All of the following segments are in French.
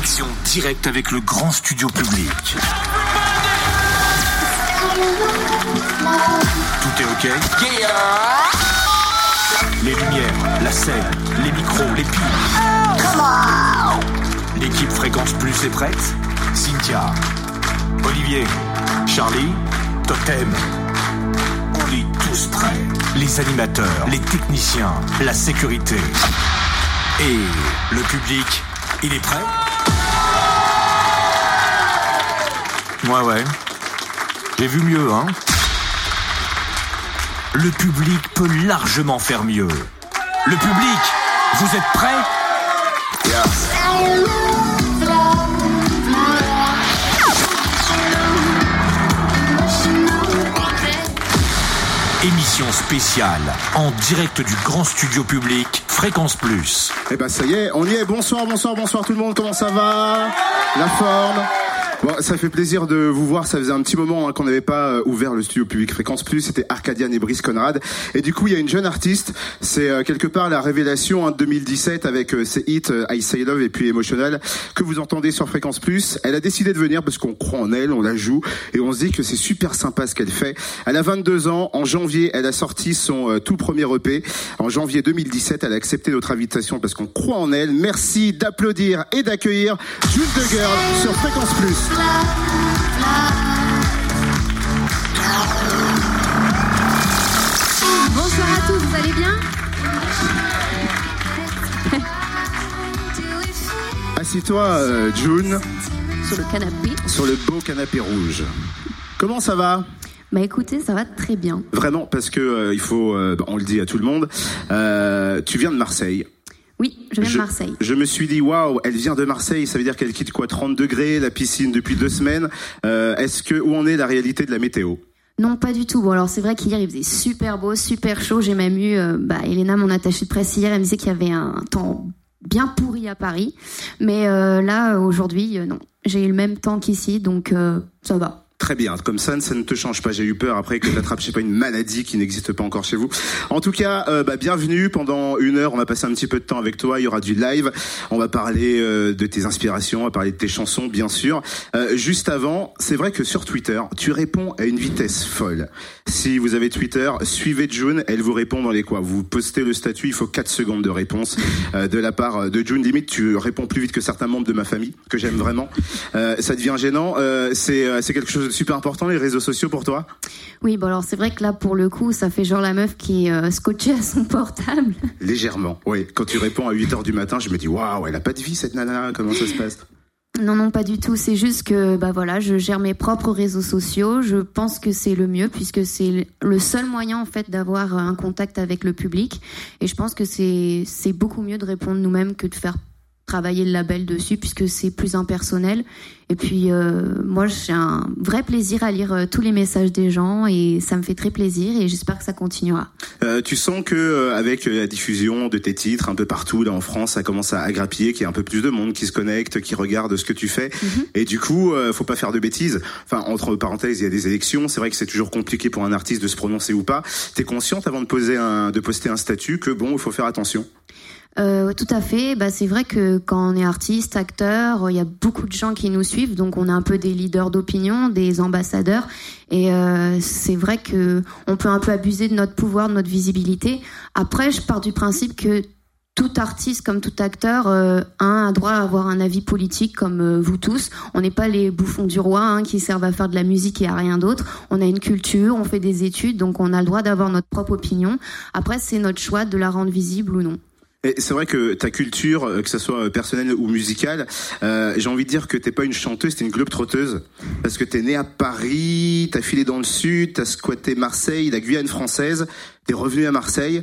Connexion directe avec le grand studio public. Tout est OK? Yeah. Les lumières, la scène, les micros, les piles. L'équipe Fréquence Plus est prête? Cynthia, Olivier, Charlie, Totem. On est tous prêts. Les animateurs, les techniciens, la sécurité. Et le public, il est prêt? Ouais. J'ai vu mieux, hein? Le public peut largement faire mieux. Le public, vous êtes prêts? Yes. Émission spéciale, en direct du grand studio public, Fréquence Plus. Eh ben ça y est, on y est. Bonsoir tout le monde, comment ça va? La forme? Bon, ça fait plaisir de vous voir. Ça faisait un petit moment qu'on n'avait pas ouvert le studio public Fréquence Plus. C'était Arcadian et Brice Conrad. Et du coup, il y a une jeune artiste. C'est quelque part la révélation de 2017 avec ses hits I Say Love et puis Emotional que vous entendez sur Fréquence Plus. Elle a décidé de venir parce qu'on croit en elle, on la joue et on se dit que c'est super sympa ce qu'elle fait. Elle a 22 ans. En janvier, elle a sorti son tout premier EP. En janvier 2017, elle a accepté notre invitation parce qu'on croit en elle. Merci d'applaudir et d'accueillir June the Girl sur Fréquence Plus. Bonsoir à tous, vous allez bien? Assis-toi, June. Sur le canapé. Sur le beau canapé rouge. Comment ça va? Bah écoutez, ça va très bien. Vraiment, parce que il faut, on le dit à tout le monde, tu viens de Marseille. Oui, je viens de Marseille. Je me suis dit, waouh, elle vient de Marseille, ça veut dire qu'elle quitte quoi, 30 degrés, la piscine depuis 2 semaines. Où en est la réalité de la météo? Non, pas du tout. Bon, alors c'est vrai qu'hier il faisait super beau, super chaud. J'ai même eu, Elena, mon attachée de presse hier, elle me disait qu'il y avait un temps bien pourri à Paris. Mais là, aujourd'hui, non. J'ai eu le même temps qu'ici, donc ça va. Très bien, comme ça ne te change pas. J'ai eu peur après que tu attrapes, je sais pas, une maladie qui n'existe pas encore chez vous. En tout cas, bienvenue. Pendant 1 heure, on va passer un petit peu de temps avec toi. Il y aura du live. On va parler de tes inspirations, on va parler de tes chansons, bien sûr. Juste avant, c'est vrai que sur Twitter, tu réponds à une vitesse folle. Si vous avez Twitter, suivez June. Elle vous répond dans les quoi. Vous postez le statut, il faut 4 secondes de réponse de la part de June. Limite, tu réponds plus vite que certains membres de ma famille, que j'aime vraiment. Ça devient gênant. C'est quelque chose de super important, les réseaux sociaux pour toi? Oui, bon alors c'est vrai que là pour le coup ça fait genre la meuf qui est scotchée à son portable. Légèrement, oui. Quand tu réponds à 8h du matin, je me dis waouh, elle a pas de vie cette nana, comment ça se passe? Non, pas du tout. C'est juste que, je gère mes propres réseaux sociaux. Je pense que c'est le mieux puisque c'est le seul moyen, en fait, d'avoir un contact avec le public. Et je pense que c'est beaucoup mieux de répondre nous-mêmes que de faire travailler le label dessus puisque c'est plus impersonnel. Et puis, moi, j'ai un vrai plaisir à lire tous les messages des gens et ça me fait très plaisir et j'espère que ça continuera. Tu sens que avec la diffusion de tes titres un peu partout là en France, ça commence à grappiller, qu'il y a un peu plus de monde qui se connecte, qui regarde ce que tu fais. Et du coup, faut pas faire de bêtises. Enfin, entre parenthèses, il y a des élections. C'est vrai que c'est toujours compliqué pour un artiste de se prononcer ou pas. T'es consciente avant de poster un statut que il faut faire attention? Tout à fait. C'est vrai que quand on est artiste, acteur, il y a beaucoup de gens qui nous suivent, donc on est un peu des leaders d'opinion, des ambassadeurs. Et c'est vrai que on peut un peu abuser de notre pouvoir, de notre visibilité. Après, je pars du principe que tout artiste, comme tout acteur, a un droit à avoir un avis politique comme vous tous. On n'est pas les bouffons du roi qui servent à faire de la musique et à rien d'autre. On a une culture, on fait des études, donc on a le droit d'avoir notre propre opinion. Après, c'est notre choix de la rendre visible ou non. Et c'est vrai que ta culture, que ça soit personnelle ou musicale, j'ai envie de dire que t'es pas une chanteuse, t'es une globe-trotteuse. Parce que t'es née à Paris, t'as filé dans le sud, t'as squatté Marseille, la Guyane française, t'es revenu à Marseille.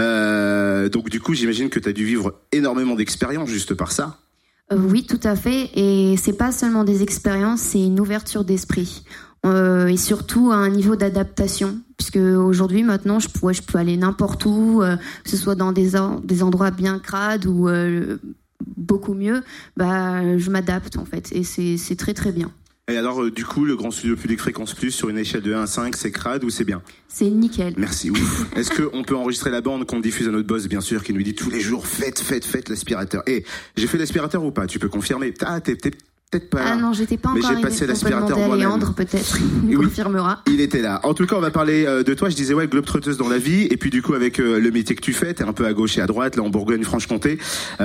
Donc du coup, j'imagine que t'as dû vivre énormément d'expériences juste par ça. Oui, tout à fait. Et c'est pas seulement des expériences, c'est une ouverture d'esprit. Et surtout à un niveau d'adaptation, puisque aujourd'hui maintenant je peux aller n'importe où, que ce soit dans des endroits bien crades ou beaucoup mieux, je m'adapte en fait et c'est très très bien. Et alors, du coup, le grand studio Public Fréquence Plus, sur une échelle de 1 à 5, c'est crade ou c'est bien? C'est nickel. Merci, ouf. Est-ce qu'on peut enregistrer la bande qu'on diffuse à notre boss, bien sûr, qui nous dit tous les jours, faites l'aspirateur. Et j'ai fait l'aspirateur ou pas? Tu peux confirmer? Ah, t'es peut-être pas là. Ah non, j'étais pas encore mais j'ai passé l'aspirateur moi-même. Léandre, peut-être, il confirmera. Il était là. En tout cas, on va parler de toi. Je disais, ouais, globe-trotteuse dans la vie. Et puis, du coup, avec le métier que tu fais, t'es un peu à gauche et à droite, là, en Bourgogne-Franche-Comté.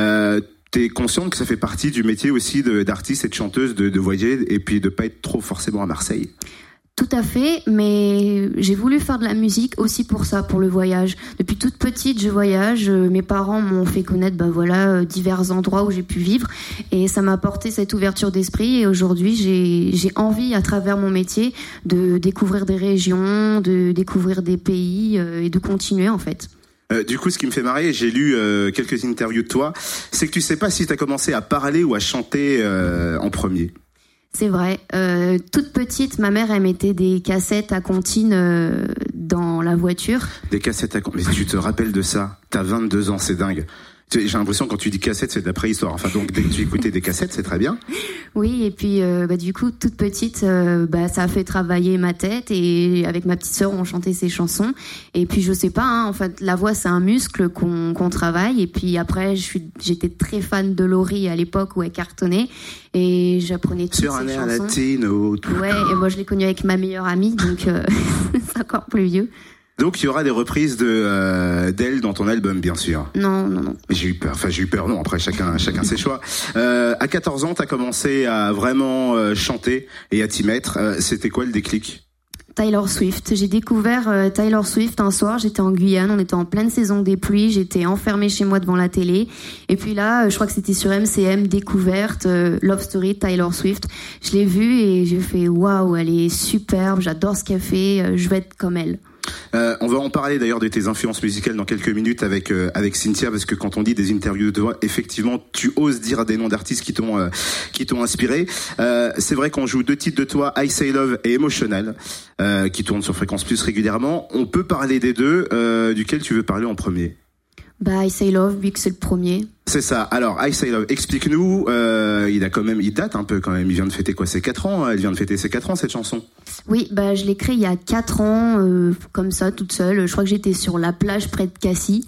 T'es consciente que ça fait partie du métier aussi d'artiste et de chanteuse de voyager et puis de pas être trop forcément à Marseille? Tout à fait, mais j'ai voulu faire de la musique aussi pour ça, pour le voyage. Depuis toute petite, je voyage. Mes parents m'ont fait connaître, divers endroits où j'ai pu vivre, et ça m'a apporté cette ouverture d'esprit. Et aujourd'hui, j'ai envie, à travers mon métier, de découvrir des régions, de découvrir des pays et de continuer en fait. Du coup, ce qui me fait marrer, j'ai lu quelques interviews de toi, c'est que tu sais pas si t'as commencé à parler ou à chanter en premier. C'est vrai. Toute petite, ma mère, elle mettait des cassettes à comptine dans la voiture. Des cassettes à comptine. Mais tu te rappelles de ça? T'as 22 ans, c'est dingue. J'ai l'impression que quand tu dis cassette, c'est de la préhistoire. Enfin, donc, dès que tu écoutais des cassettes, c'est très bien. Oui, et puis, du coup, toute petite, ça a fait travailler ma tête, et avec ma petite sœur, on chantait ces chansons. Et puis, je sais pas, en fait, la voix, c'est un muscle qu'on travaille. Et puis après, j'étais très fan de Laurie à l'époque où elle cartonnait, et j'apprenais toutes ces chansons. Sur un air latino. Ouais, et moi, je l'ai connue avec ma meilleure amie, donc c'est encore plus vieux. Donc il y aura des reprises d'elle dans ton album, bien sûr. Non. Mais j'ai eu peur. Non, après chacun ses choix. À 14 ans, t'as commencé à vraiment chanter et à t'y mettre. C'était quoi le déclic? Taylor Swift. J'ai découvert Taylor Swift un soir. J'étais en Guyane, on était en pleine saison des pluies. J'étais enfermée chez moi devant la télé. Et puis là, je crois que c'était sur MCM, découverte, Love Story, Taylor Swift. Je l'ai vue et j'ai fait waouh, elle est superbe. J'adore ce qu'elle fait. Je veux être comme elle. On va en parler d'ailleurs de tes influences musicales dans quelques minutes avec Cynthia, parce que quand on dit des interviews de toi, effectivement, tu oses dire des noms d'artistes qui t'ont inspiré. C'est vrai qu'on joue 2 titres de toi, I Say Love et Emotional, qui tournent sur Fréquence Plus régulièrement. On peut parler des deux. Duquel tu veux parler en premier? I Say Love, vu que c'est le premier. C'est ça. Alors, I Say Love, explique-nous. Il date un peu quand même. Il vient de fêter quoi? Ses 4 ans. Elle vient de fêter ses 4 ans, cette chanson. Oui, je l'ai créée il y a 4 ans, comme ça, toute seule. Je crois que j'étais sur la plage près de Cassis.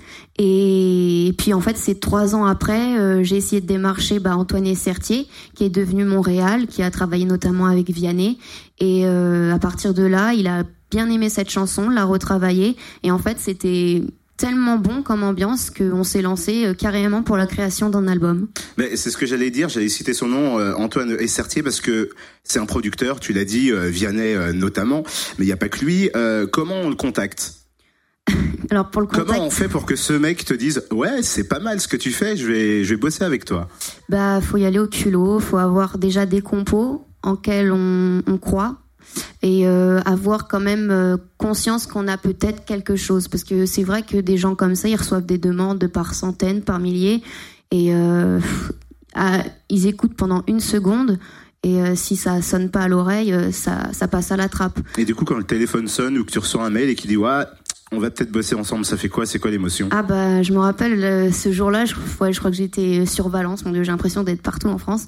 Et puis, en fait, c'est 3 ans après, j'ai essayé de démarcher Antoine Essertier, qui est devenu Montréal, qui a travaillé notamment avec Vianney. Et à partir de là, il a bien aimé cette chanson, l'a retravaillée. Et en fait, c'était tellement bon comme ambiance qu'on s'est lancé carrément pour la création d'un album. Mais c'est ce que j'allais dire, j'allais citer son nom, Antoine Essertier, parce que c'est un producteur, tu l'as dit, Vianney notamment, mais il n'y a pas que lui. Comment on le contacte? Alors pour le contact, comment on fait pour que ce mec te dise ouais, c'est pas mal ce que tu fais, je vais bosser avec toi? Faut y aller au culot, faut avoir déjà des compos en quels on croit. Et avoir quand même conscience qu'on a peut-être quelque chose, parce que c'est vrai que des gens comme ça, ils reçoivent des demandes par centaines, par milliers, et ils écoutent pendant 1 seconde, et si ça sonne pas à l'oreille, ça passe à la trappe. Et du coup, quand le téléphone sonne ou que tu reçois un mail et qu'il dit ouais, on va peut-être bosser ensemble, ça fait quoi? C'est quoi l'émotion? Je me rappelle ce jour-là, je crois que j'étais sur Valence. Mon Dieu, j'ai l'impression d'être partout en France.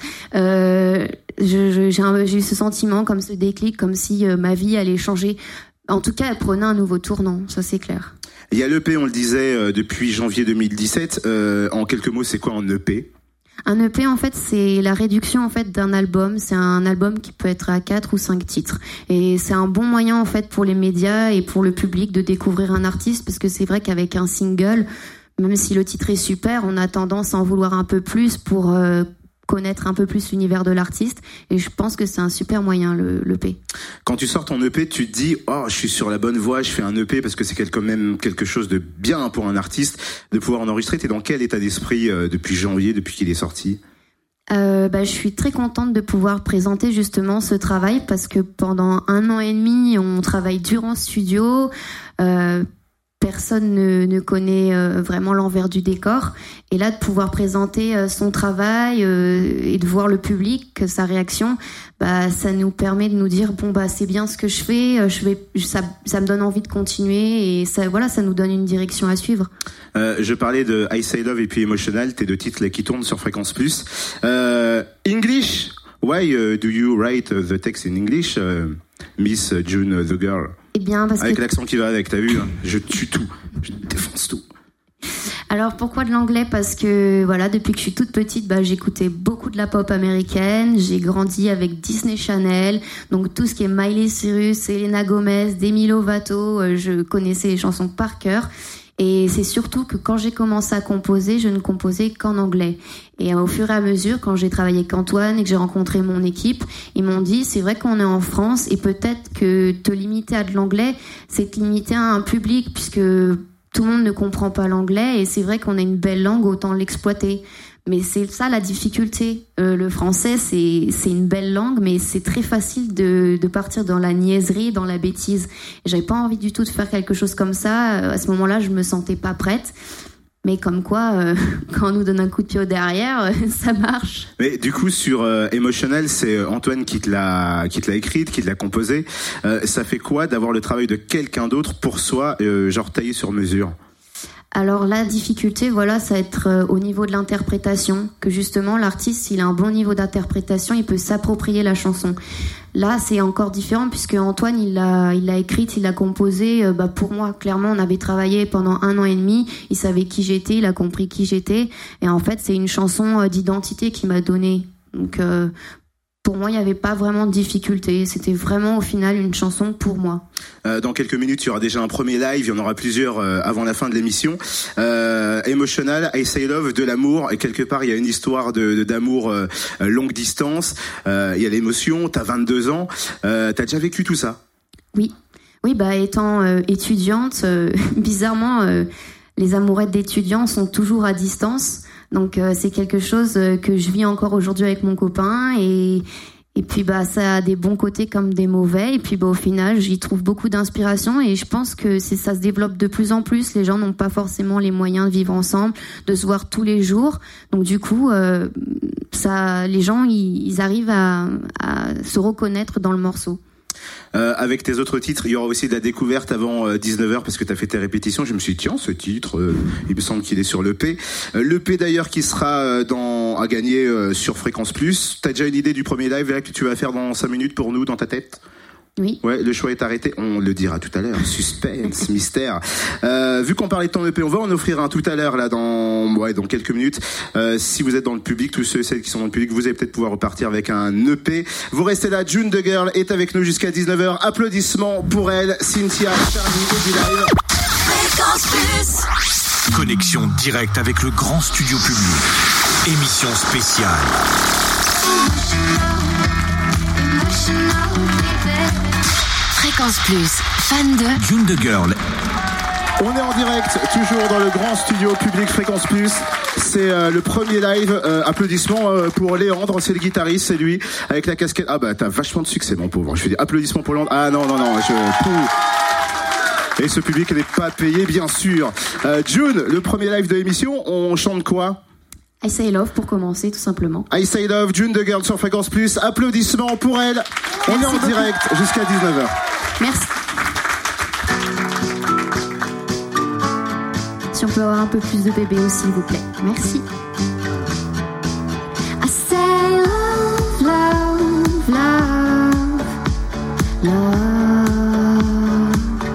J'ai eu ce sentiment, comme ce déclic, comme si ma vie allait changer. En tout cas, elle prenait un nouveau tournant, ça c'est clair. Il y a l'EP, on le disait, depuis janvier 2017. En quelques mots, c'est quoi un EP? Un EP, en fait, c'est la réduction en fait d'un album. C'est un album qui peut être à 4 ou 5 titres. Et c'est un bon moyen en fait pour les médias et pour le public de découvrir un artiste, parce que c'est vrai qu'avec un single, même si le titre est super, on a tendance à en vouloir un peu plus pour connaître un peu plus l'univers de l'artiste, et je pense que c'est un super moyen, l'EP. Quand tu sors ton EP, tu te dis je suis sur la bonne voie, je fais un EP, parce que c'est quand même quelque chose de bien pour un artiste de pouvoir en enregistrer. T'es dans quel état d'esprit depuis janvier, depuis qu'il est sorti? Je suis très contente de pouvoir présenter justement ce travail, parce que pendant 1 an et demi, on travaille dur en studio. Personne ne connaît vraiment l'envers du décor, et là de pouvoir présenter son travail et de voir le public, sa réaction, ça nous permet de nous dire c'est bien ce que je fais, ça me donne envie de continuer, et ça nous donne une direction à suivre. Je parlais de I Say Love et puis Emotional, tes 2 titres là, qui tournent sur Fréquence Plus. English Why do you write the text in English, Miss June the Girl? Eh bien, parce avec que... l'accent qui va avec, t'as vu, hein, je tue tout, je défonce tout. Alors pourquoi de l'anglais? Parce que voilà, depuis que je suis toute petite, j'écoutais beaucoup de la pop américaine. J'ai grandi avec Disney Channel, donc tout ce qui est Miley Cyrus, Selena Gomez, Demi Lovato, je connaissais les chansons par cœur. Et c'est surtout que quand j'ai commencé à composer, je ne composais qu'en anglais. Et au fur et à mesure, quand j'ai travaillé avec Antoine et que j'ai rencontré mon équipe, ils m'ont dit, c'est vrai qu'on est en France et peut-être que te limiter à de l'anglais, c'est te limiter à un public, puisque tout le monde ne comprend pas l'anglais, et c'est vrai qu'on a une belle langue, autant l'exploiter. Mais c'est ça la difficulté. Le français, c'est une belle langue, mais c'est très facile de partir dans la niaiserie, dans la bêtise. Et j'avais pas envie du tout de faire quelque chose comme ça. À ce moment-là, je me sentais pas prête. Mais comme quoi, quand on nous donne un coup de pied au derrière, ça marche. Mais du coup, sur Emotional, c'est Antoine qui te l'a écrite, qui te l'a composée. Ça fait quoi d'avoir le travail de quelqu'un d'autre pour soi, genre taillé sur mesure? Alors la difficulté, voilà, ça va être au niveau de l'interprétation, que justement l'artiste, s'il a un bon niveau d'interprétation, il peut s'approprier la chanson. Là, c'est encore différent puisque Antoine, il l'a écrite, il l'a composée. Pour moi, clairement, on avait travaillé pendant 1 an et demi. Il savait qui j'étais, il a compris qui j'étais, et en fait, c'est une chanson d'identité qu'il m'a donnée. Donc pour moi, il n'y avait pas vraiment de difficulté. C'était vraiment, au final, une chanson pour moi. Dans quelques minutes, il y aura déjà un premier live. Il y en aura plusieurs avant la fin de l'émission. Emotional, I Say Love, de l'amour. Et quelque part, il y a une histoire d'amour longue distance. Il y a l'émotion. T'as 22 ans. T'as déjà vécu tout ça? Oui. Oui, étant étudiante, bizarrement, les amourettes d'étudiants sont toujours à distance. Donc c'est quelque chose que je vis encore aujourd'hui avec mon copain, et puis ça a des bons côtés comme des mauvais, et puis au final j'y trouve beaucoup d'inspiration, et je pense que ça se développe de plus en plus. Les gens n'ont pas forcément les moyens de vivre ensemble, de se voir tous les jours, donc du coup les gens ils arrivent à se reconnaître dans le morceau. Avec tes autres titres, il y aura aussi de la découverte avant 19h parce que tu as fait tes répétitions. Je me suis dit, tiens, ce titre, il me semble qu'il est sur l'EP. L'EP d'ailleurs qui sera à gagner sur Fréquence Plus. T'as déjà une idée du premier live là, que tu vas faire dans 5 minutes pour nous, dans ta tête? Oui. Ouais, le choix est arrêté. On le dira tout à l'heure. Suspense, mystère. Vu qu'on parlait de ton EP, on va en offrir un tout à l'heure là dans quelques minutes. Si vous êtes dans le public, tous ceux et celles qui sont dans le public, vous allez peut-être pouvoir repartir avec un EP. Vous restez là. June the Girl est avec nous jusqu'à 19h. Applaudissements pour elle, Cynthia, Charlie et du live. Fréquence Plus. Connexion directe avec le grand studio public. Émission spéciale. Fréquence Plus, fan de June the Girl. On est en direct, toujours dans le grand studio public Fréquence Plus. C'est le premier live. Applaudissements pour Léandre, c'est le guitariste, c'est lui, avec la casquette. Ah t'as vachement de succès, mon pauvre. Je fais des applaudissements pour Léandre. Ah non, Et ce public n'est pas payé, bien sûr. June, le premier live de l'émission, on chante quoi? I Say Love pour commencer, tout simplement. I Say Love, June the Girl sur Fréquence Plus. Applaudissements pour elle. On est en direct jusqu'à 19h. Merci. Si on peut avoir un peu plus de bébé aussi, s'il vous plaît. Merci. I say love, love, love, love.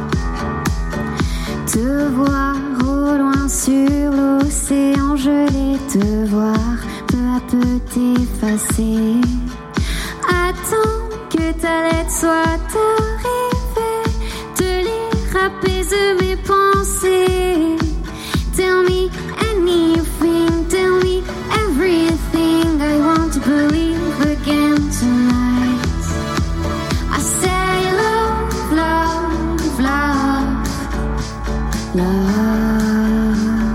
Te voir au loin sur l'océan gelé, te voir peu à peu t'effacer. Attends que ta lettre soit arrivée, te lire apaise mes pensées. Tell me anything, tell me everything. I want to believe again tonight. I say love, love, love, love.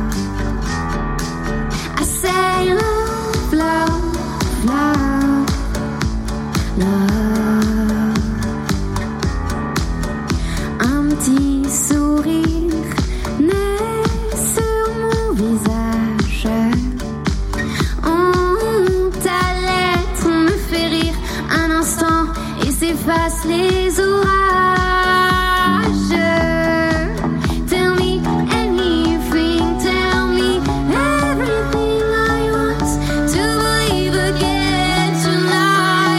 I say love, love, love, love. Un petit sourire naît sur mon visage. Ta lettre me fait rire un instant et s'efface les orages. Tell me anything, tell me everything. I want to believe again tonight.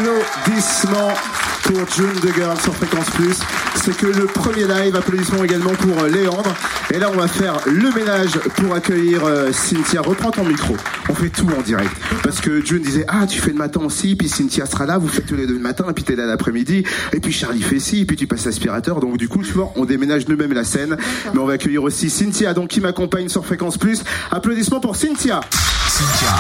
Applaudissements pour June de Girl sur Fréquence Plus. C'est que le premier live. Applaudissements également pour Léandre. Et là, on va faire le ménage pour accueillir Cynthia. Reprends ton micro. On fait tout en direct. Parce que June disait, ah, tu fais le matin aussi, puis Cynthia sera là, vous faites tous les deux le matin, et puis t'es là l'après-midi, et puis Charlie fait ci, et puis tu passes l'aspirateur. Donc du coup, tu vois, on déménage nous-mêmes la scène. Mais on va accueillir aussi Cynthia, donc qui m'accompagne sur Fréquence Plus. Applaudissements pour Cynthia. Cynthia.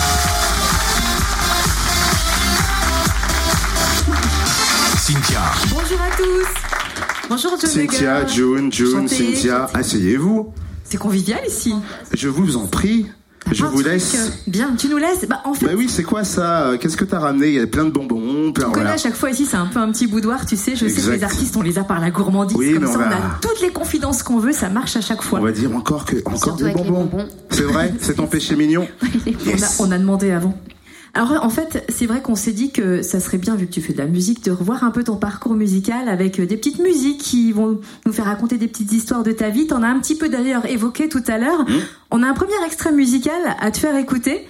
Cynthia. Bonjour à tous. Bonjour June. Cynthia, June, Cynthia, asseyez-vous. C'est convivial ici. Je vous en prie. Je vous laisse. Bien, tu nous laisses. En fait. Bah oui, c'est quoi ça? Qu'est-ce que t'as ramené? Il y a plein de bonbons. Tu connais, à chaque fois ici, c'est un peu un petit boudoir, tu sais. Je sais que les artistes, on les a par la gourmandise. Oui, comme mais ça, on a toutes les confidences qu'on veut, ça marche à chaque fois. On va dire encore des bonbons. C'est vrai? C'est ton péché mignon? Yes. On a demandé avant. Alors en fait, c'est vrai qu'on s'est dit que ça serait bien, vu que tu fais de la musique, de revoir un peu ton parcours musical avec des petites musiques qui vont nous faire raconter des petites histoires de ta vie. T'en as un petit peu d'ailleurs évoqué tout à l'heure. On a un premier extrait musical à te faire écouter.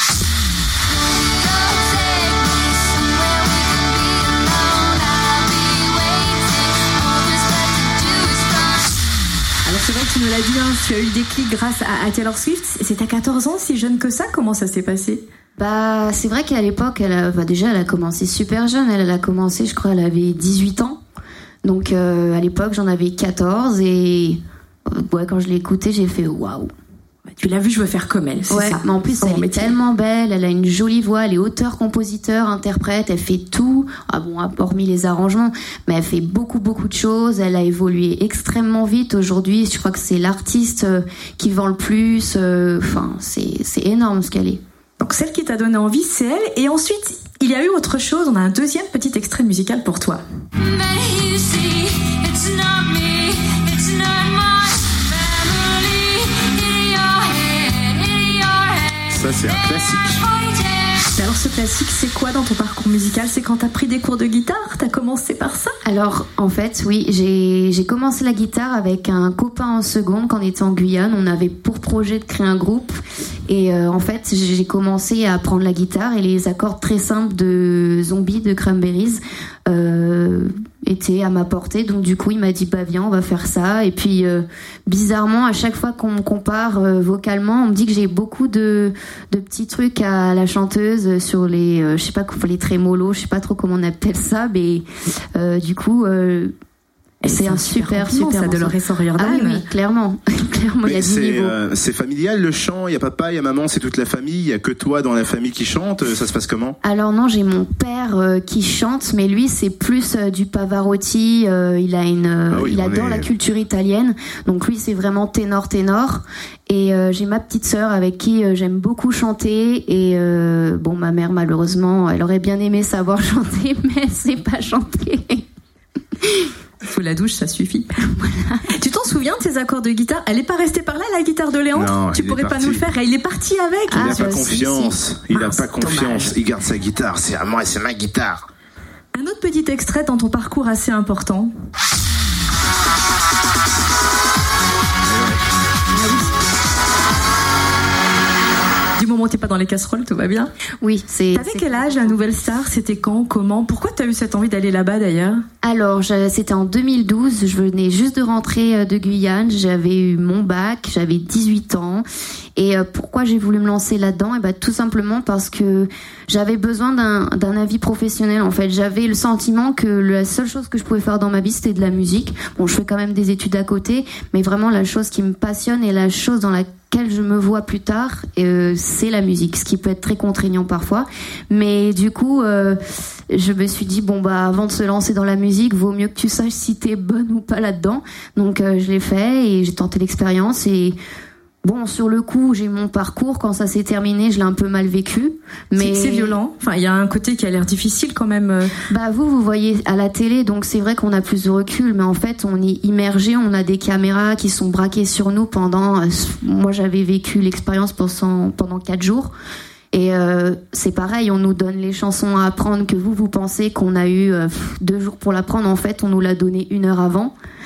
Alors c'est vrai que tu nous l'as dit, tu as eu des clics grâce à Taylor Swift. C'est à 14 ans, si jeune que ça. Comment ça s'est passé? Bah, c'est vrai qu'à l'époque, elle a commencé super jeune. Elle a commencé, je crois, elle avait 18 ans. Donc, à l'époque, j'en avais 14. Et quand je l'ai écoutée, j'ai fait waouh. Tu l'as vu, je veux faire comme elle, c'est ça. Mais en plus, elle est tellement belle. Elle a une jolie voix. Elle est auteur, compositeur, interprète. Elle fait tout. Hormis les arrangements. Mais elle fait beaucoup, beaucoup de choses. Elle a évolué extrêmement vite. Aujourd'hui, je crois que c'est l'artiste qui vend le plus. C'est énorme ce qu'elle est. Donc celle qui t'a donné envie, c'est elle. Et ensuite, il y a eu autre chose. On a un deuxième petit extrait musical pour toi. Ça, c'est un classique. Alors ce classique, c'est quoi dans ton parcours musical? C'est quand t'as pris des cours de guitare? T'as commencé par ça? Alors en fait, oui, j'ai commencé la guitare avec un copain en seconde quand on était en Guyane. On avait pour projet de créer un groupe. Et en fait, j'ai commencé à apprendre la guitare et les accords très simples de Zombie de Cranberries étaient à ma portée. Donc du coup, il m'a dit bah viens, on va faire ça. Et puis bizarrement, à chaque fois qu'on me compare vocalement, on me dit que j'ai beaucoup de petits trucs à la chanteuse sur les je sais pas, les trémolos, je sais pas trop comment on appelle ça, mais du coup c'est un super ça de leur O'Riordan. Ah oui, clairement il y a du niveau. C'est familial le chant, il y a papa, il y a maman, c'est toute la famille, il y a que toi dans la famille qui chante, ça se passe comment? Alors non, j'ai mon père qui chante, mais lui c'est plus du Pavarotti, il adore la culture italienne, donc lui c'est vraiment ténor. Et j'ai ma petite sœur avec qui j'aime beaucoup chanter, et ma mère malheureusement, elle aurait bien aimé savoir chanter, mais elle sait pas chanter. Sous la douche, ça suffit. Voilà. Tu t'en souviens de ces accords de guitare? Elle est pas restée par là, la guitare de Léandre? Non, tu pourrais pas nous le faire? Il est parti avec. Il a pas confiance. Il a pas confiance. Dommage. Il garde sa guitare. C'est à moi, c'est ma guitare. Un autre petit extrait dans ton parcours assez important. Du moment où t'es pas dans les casseroles, tout va bien? Oui, T'avais quel âge, la Nouvelle Star? C'était quand? Comment? Pourquoi t'as eu cette envie d'aller là-bas d'ailleurs? Alors, c'était en 2012. Je venais juste de rentrer de Guyane. J'avais eu mon bac. J'avais 18 ans. Et pourquoi j'ai voulu me lancer là-dedans? Tout simplement parce que j'avais besoin d'un avis professionnel. En fait, j'avais le sentiment que la seule chose que je pouvais faire dans ma vie, c'était de la musique. Bon, je fais quand même des études à côté, mais vraiment la chose qui me passionne et la chose dans laquelle je me vois plus tard, c'est la musique, ce qui peut être très contraignant parfois. Mais du coup, je me suis dit avant de se lancer dans la musique, vaut mieux que tu saches si t'es bonne ou pas là-dedans. Donc je l'ai fait et j'ai tenté l'expérience. Et bon, sur le coup, j'ai mon parcours. Quand ça s'est terminé, je l'ai un peu mal vécu. Mais c'est violent. Enfin, il y a un côté qui a l'air difficile quand même. Vous voyez à la télé, donc c'est vrai qu'on a plus de recul, mais en fait, on est immergé. On a des caméras qui sont braquées sur nous pendant. Moi, j'avais vécu l'expérience pendant 4 jours. Et c'est pareil, on nous donne les chansons à apprendre que vous pensez qu'on a eu 2 jours pour l'apprendre. En fait, on nous l'a donné 1 heure avant.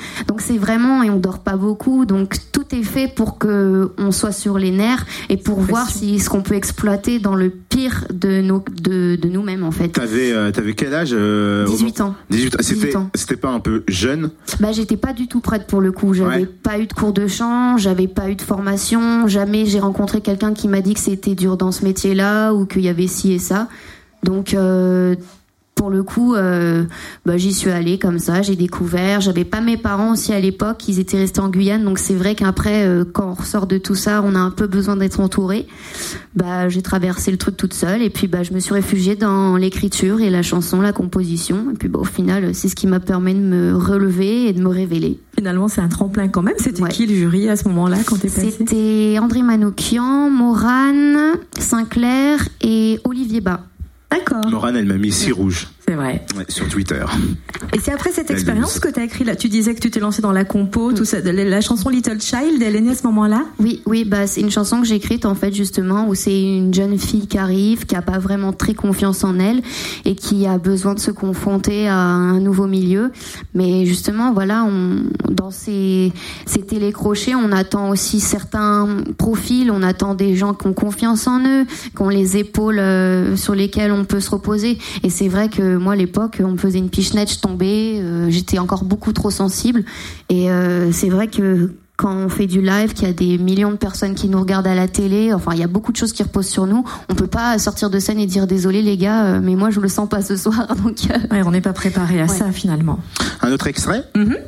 Donc c'est vraiment, et on dort pas beaucoup, donc tout est fait pour que on soit sur les nerfs et pour voir si ce qu'on peut exploiter dans le pire de nous-mêmes en fait. T'avais quel âge 18 ans. 18 ans. C'était pas un peu jeune? Bah j'étais pas du tout prête pour le coup. J'avais pas eu de cours de chant, j'avais pas eu de formation, jamais j'ai rencontré quelqu'un qui m'a dit que c'était dur dans ce métier-là ou qu'il y avait ci et ça. Donc pour le coup, j'y suis allée comme ça, j'ai découvert. J'avais pas mes parents aussi à l'époque, ils étaient restés en Guyane, donc c'est vrai qu'après, quand on ressort de tout ça, on a un peu besoin d'être entouré. J'ai traversé le truc toute seule, et puis je me suis réfugiée dans l'écriture et la chanson, la composition. Et puis au final, c'est ce qui m'a permis de me relever et de me révéler. Finalement, c'est un tremplin quand même. C'était qui le jury à ce moment-là quand t'es passée? C'était André Manoukian, Morane, Sinclair et Olivier Bas. D'accord. Morane, elle m'a mis 6 rouges. C'est vrai. Ouais, sur Twitter. Et c'est après cette expérience que tu as écrit là. Tu disais que tu t'es lancée dans la compo, tout ça. La chanson Little Child, elle est née à ce moment-là? Oui, c'est une chanson que j'ai écrite en fait justement où c'est une jeune fille qui arrive, qui a pas vraiment très confiance en elle et qui a besoin de se confronter à un nouveau milieu. Mais justement, voilà, dans ces télécrochets, on attend aussi certains profils, on attend des gens qui ont confiance en eux, qui ont les épaules sur lesquelles on peut se reposer. Et c'est vrai que moi à l'époque on me faisait une pichenette, je tombais, j'étais encore beaucoup trop sensible et c'est vrai que quand on fait du live, qu'il y a des millions de personnes qui nous regardent à la télé, enfin il y a beaucoup de choses qui reposent sur nous, on peut pas sortir de scène et dire désolé les gars, mais moi je le sens pas ce soir. Donc on n'est pas préparé à ça finalement. Un autre extrait?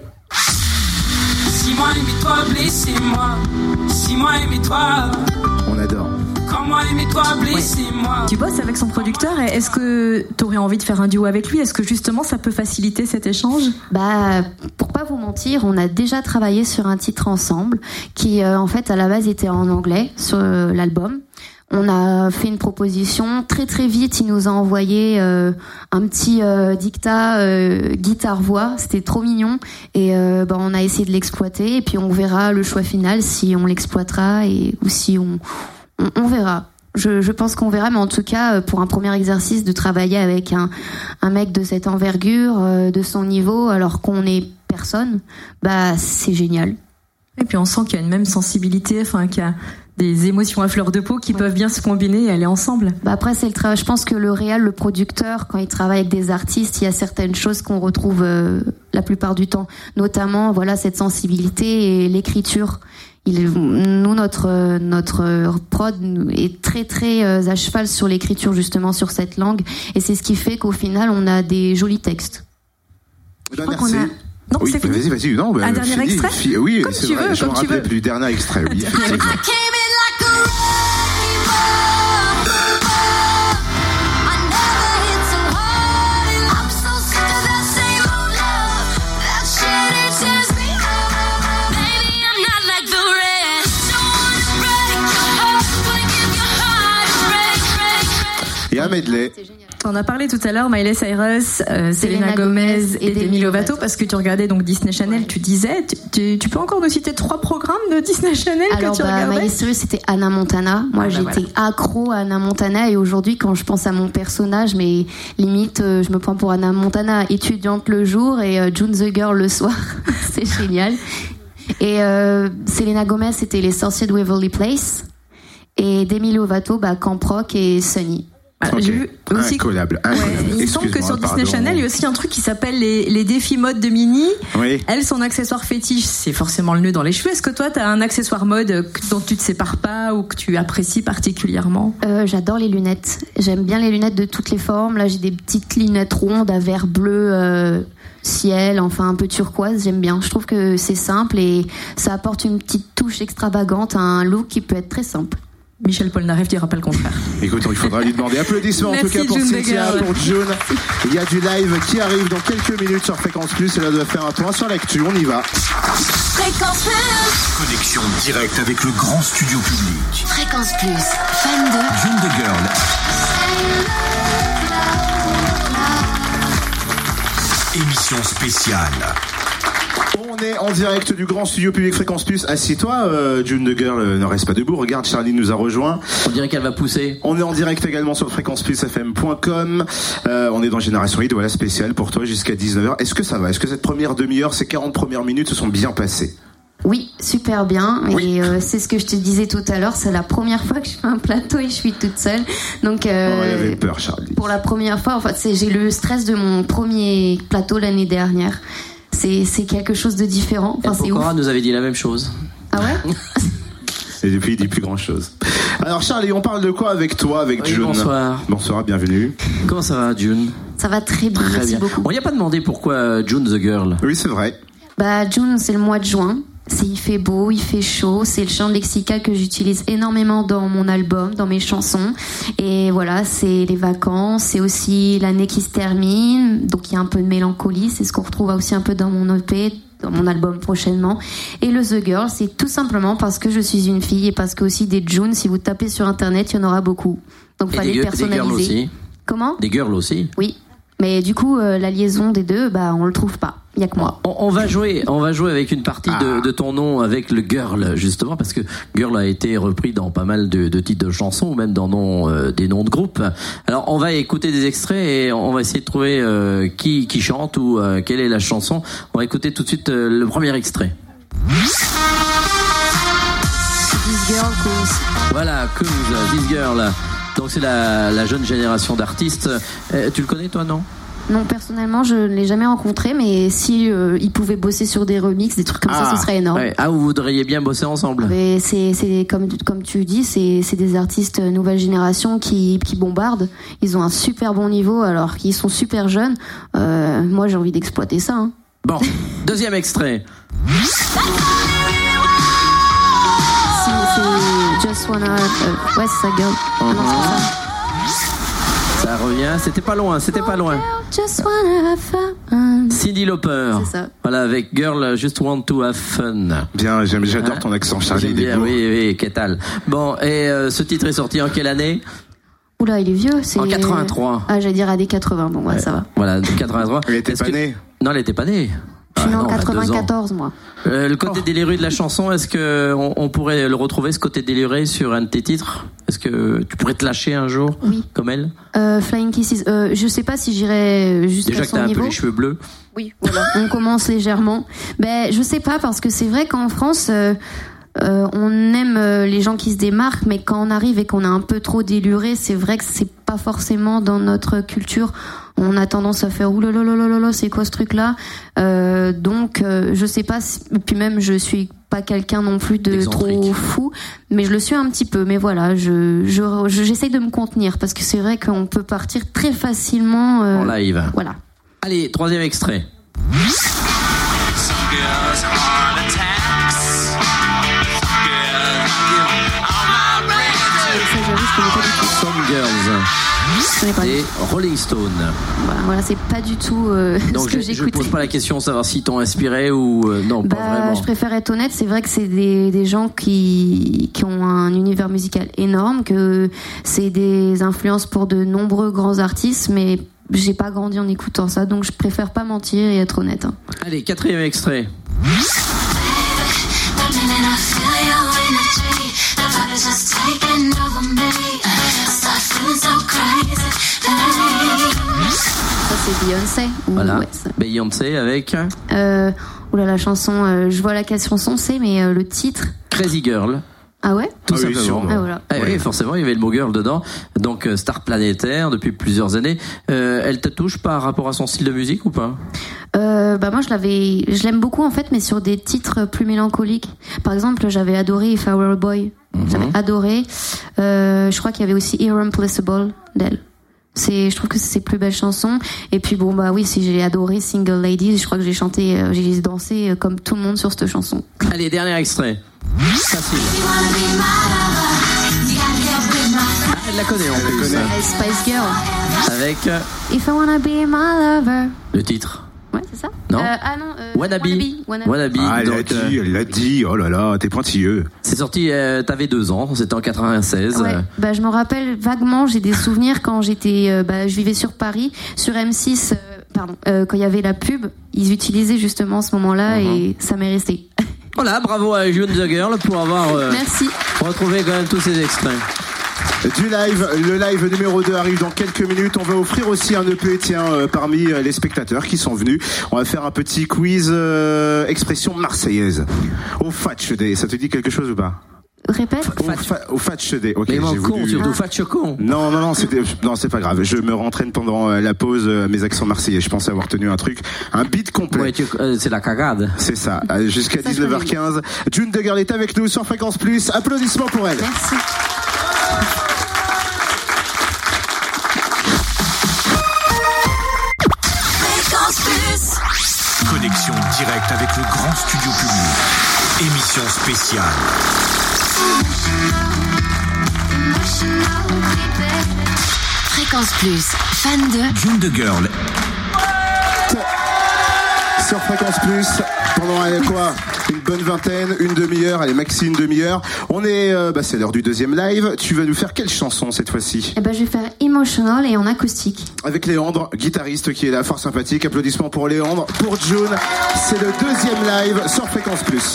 Si moi aimez-toi, blessez-moi. Si moi aimez-toi. On adore. Comment aimez-toi, blessez-moi. Tu bosses avec son producteur, et est-ce que t'aurais envie de faire un duo avec lui? Est-ce que justement ça peut faciliter cet échange? Pour pas vous mentir, on a déjà travaillé sur un titre ensemble qui en fait à la base était en anglais sur l'album. On a fait une proposition très très vite. Il nous a envoyé un petit dictat guitare-voix. C'était trop mignon. Et on a essayé de l'exploiter. Et puis on verra le choix final si on l'exploitera ou si on verra. Je pense qu'on verra, mais en tout cas, pour un premier exercice, de travailler avec un mec de cette envergure, de son niveau, alors qu'on est personne, c'est génial. Et puis on sent qu'il y a une même sensibilité, qu'il y a des émotions à fleur de peau qui peuvent bien se combiner et aller ensemble. Après, c'est le travail. Je pense que le réal, le producteur, quand il travaille avec des artistes, il y a certaines choses qu'on retrouve la plupart du temps. Notamment, cette sensibilité et l'écriture. Nous, notre prod est très très à cheval sur l'écriture, justement, sur cette langue. Et c'est ce qui fait qu'au final, on a des jolis textes. Merci. Non, oui, c'est fini. Vas-y. Non, un dernier extrait? Oui, comme c'est tu vrai. veux, je me rappelais plus. Dernier extrait, oui. Et un medley. On a parlé tout à l'heure, Miley Cyrus, Selena Gomez et Demi Lovato, parce que tu regardais donc Disney Channel, tu disais, tu peux encore nous citer 3 programmes de Disney Channel que tu regardais? Miley Cyrus, c'était Hannah Montana. Moi, j'étais accro à Hannah Montana, et aujourd'hui, quand je pense à mon personnage, mais limite, je me prends pour Hannah Montana, étudiante le jour et June the Girl le soir. C'est génial. Et Selena Gomez, c'était Les Sorciers de Waverly Place. Et Demi Lovato, Camp Rock et Sunny. Okay. J'ai vu aussi incollable. Il me semble que sur Disney Channel, il y a aussi un truc qui s'appelle les défis mode de Minnie. Oui. Elle, son accessoire fétiche, c'est forcément le nœud dans les cheveux. Est-ce que toi, t'as un accessoire mode dont tu te sépares pas ou que tu apprécies particulièrement? J'adore les lunettes. J'aime bien les lunettes de toutes les formes. Là, j'ai des petites lunettes rondes à verre bleu ciel, enfin un peu turquoise. J'aime bien. Je trouve que c'est simple et ça apporte une petite touche extravagante à un look qui peut être très simple. Michel Polnareff dira pas le contraire. Écoute, il faudra lui demander applaudissements en tout cas pour Cynthia, pour June. Il y a du live qui arrive dans quelques minutes sur Fréquence Plus et là, on doit faire un point sur l'actu. On y va. Fréquence Plus. Connexion directe avec le grand studio public. Fréquence Plus, fan de June the Girl. Émission spéciale. On est en direct du grand studio Public Fréquence Plus. Assieds-toi, June the Girl, ne reste pas debout. Regarde, Charlie nous a rejoint. On dirait qu'elle va pousser. On est en direct également sur fréquenceplusfm.com. On est dans Génération Hit, voilà, spécial pour toi jusqu'à 19h. Est-ce que ça va? Est-ce que cette première demi-heure, ces 40 premières minutes se sont bien passées? Oui, super bien. Oui. Et c'est ce que je te disais tout à l'heure. C'est la première fois que je fais un plateau et je suis toute seule. Donc, elle avait peur, Charlie. Pour la première fois, en fait, j'ai le stress de mon premier plateau l'année dernière. C'est quelque chose de différent. Enfin, c'est Cora ouf. nous avait dit la même chose. Ah ouais? Et depuis, il dit plus grand chose. Alors, Charlie, on parle de quoi avec toi, avec June? Bonsoir. Bonsoir, bienvenue. Comment ça va, June? Ça va très bien, Très merci bien. beaucoup. On n'y a pas demandé pourquoi June the Girl. Oui, c'est vrai. Bah, June, c'est le mois de juin. Il fait beau, il fait chaud. C'est le chant lexical que j'utilise énormément dans mon album, dans mes chansons. Et voilà, c'est les vacances, c'est aussi l'année qui se termine. Donc il y a un peu de mélancolie. C'est ce qu'on retrouve aussi un peu dans mon EP, dans mon album prochainement. Et le The Girl, c'est tout simplement parce que je suis une fille et parce que aussi des June, si vous tapez sur Internet, il y en aura beaucoup. Donc Et fallait des personnaliser. girls aussi. Comment? Des girls aussi. Oui. Mais du coup, la liaison des deux, bah, on le trouve pas. Il y a que moi. On va jouer avec une partie de ton nom avec le girl, justement, parce que girl a été repris dans pas mal de titres de chansons, ou même dans des noms de groupes. Alors, on va écouter des extraits et on va essayer de trouver qui chante ou quelle est la chanson. On va écouter tout de suite le premier extrait. This Girl Cruise. Voilà, Cruise, This Girl. Donc c'est la jeune génération d'artistes. Tu le connais, toi, non? Non, personnellement, je ne l'ai jamais rencontré, mais si il pouvait bosser sur des remixes, des trucs comme ça, ce serait énorme. Ouais. Ah, vous voudriez bien bosser ensemble? Mais c'est comme tu dis, c'est des artistes nouvelle génération qui bombardent. Ils ont un super bon niveau alors qu'ils sont super jeunes. Moi, j'ai envie d'exploiter ça. Hein. Bon, deuxième extrait. C'est Just Wanna... ouais, c'est ça, Girl. Ah non, c'est pas ça. Ça revient, c'était pas loin. Just wanna have fun. Cyndi Lauper. C'est ça. Voilà, avec Girl Just Want to Have Fun. Bien, j'adore ton accent, Charlie. J'aime bien, oui, qu'est-ce que bon, et ce titre est sorti en quelle année? Oula, il est vieux. C'est... En 83. Ah, j'allais dire années 80. Bon, ouais, ça va. Voilà, 83. Elle était pas née? Non, elle était pas née. Je suis née en non, 94, moi. Le côté déliré de la chanson, est-ce que on pourrait le retrouver, ce côté déliré, sur un de tes titres? Est-ce que tu pourrais te lâcher un jour? Oui. Comme elle? Flying Kisses. Je sais pas si j'irai jusqu'à Déjà que son t'as un niveau. peu les cheveux bleus. Oui, voilà. On commence légèrement. Ben, je sais pas, parce que c'est vrai qu'en France, on aime les gens qui se démarquent, mais quand on arrive et qu'on a un peu trop déluré, c'est vrai que c'est pas forcément dans notre culture. On a tendance à faire oulala, c'est quoi ce truc-là? Donc, je sais pas. Puis même, je suis pas quelqu'un non plus de Excentrique. trop fou, mais je le suis un petit peu. Mais voilà, j'essaye de me contenir parce que c'est vrai qu'on peut partir très facilement En live. Voilà. Allez, troisième extrait. Ça, j'avoue, je connais pas du tout. Some Girls. Je connais pas du Des tout. Rolling Stones. Voilà, c'est pas du tout Donc ce que je j'écoutais. pose pas la question de savoir si t'ont inspiré ou non, pas vraiment. Je préfère être honnête, c'est vrai que c'est des gens qui ont un univers musical énorme, que c'est des influences pour de nombreux grands artistes, mais j'ai pas grandi en écoutant ça, donc je préfère pas mentir et être honnête. Hein. Allez, quatrième extrait. Ça c'est Beyoncé. Voilà. Ouais, ça. Beyoncé avec Oula, la chanson, je vois laquelle chanson c'est, mais le titre. Crazy Girl. Ah ouais? Tout Ah oui, simplement. sûrement. Ah voilà. Ah oui, forcément, il y avait le mot girl dedans. Donc, star planétaire depuis plusieurs années. Elle te touche par rapport à son style de musique ou pas? Moi je l'aime beaucoup en fait, mais sur des titres plus mélancoliques. Par exemple, j'avais adoré If I Were a Boy. J'avais adoré. Je crois qu'il y avait aussi Irreplaceable d'elle. Je trouve que c'est ses plus belles chansons. Et puis bon, bah oui, si j'ai adoré Single Ladies, je crois que j'ai chanté, j'ai dansé comme tout le monde sur cette chanson. Allez, dernier extrait. Facile. Ah, elle la connaît en plus. Spice Girl. Avec If I Wanna Be My Lover. le titre. Ouais, c'est ça? Non. Wannabe. Wannabe. Ah, Donc, elle l'a dit. Oh là là, t'es pointilleux. c'est sorti, t'avais 2 ans, c'était en 96. Ouais, je me rappelle vaguement, j'ai des souvenirs quand j'étais, je vivais sur Paris, sur M6, quand il y avait la pub, ils utilisaient justement ce moment-là et ça m'est resté. Voilà, bravo à June the Girl pour avoir Merci. retrouvé quand même tous ces extraits. Du live, le live numéro 2 arrive dans quelques minutes. On va offrir aussi un EP, parmi les spectateurs qui sont venus. On va faire un petit quiz expression marseillaise. Au Fatch Day, ça te dit quelque chose ou pas? Répète. Au Fatch Day. Ok. Mais con, surtout Fatch con. Non, c'est pas grave. Je me rentraîne pendant la pause mes accents marseillais. Je pensais avoir tenu un beat complet. Ouais, c'est la cagade. C'est ça. Jusqu'à 19h15. June the Girl est avec nous sur Fréquence Plus. Applaudissements pour elle. Merci. Connexion directe avec le grand studio public. Émission spéciale. Fréquence Plus, fan de June the Girl. Sur Fréquence Plus, pendant une bonne vingtaine, une demi-heure, allez maxi une demi-heure. On est, c'est l'heure du deuxième live. Tu vas nous faire quelle chanson cette fois-ci? Je vais faire Emotional et en acoustique. Avec Léandre, guitariste qui est là, fort sympathique. Applaudissements pour Léandre. Pour June, c'est le deuxième live sur Fréquence Plus.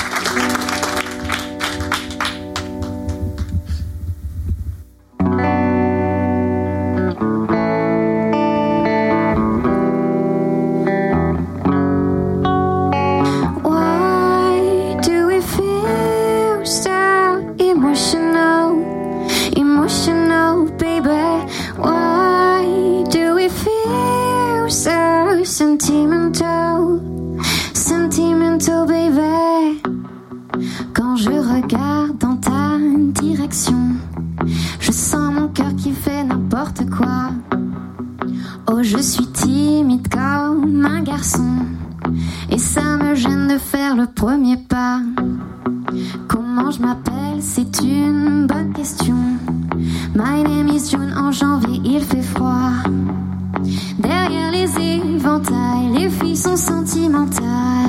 Sentimental baby. Quand je regarde dans ta direction, je sens mon cœur qui fait n'importe quoi. Oh, je suis timide comme un garçon, et ça me gêne de faire le premier pas. Comment je m'appelle, c'est une bonne question. My name is June, en janvier il fait froid. Derrière les éventails, les filles sont sentimentales.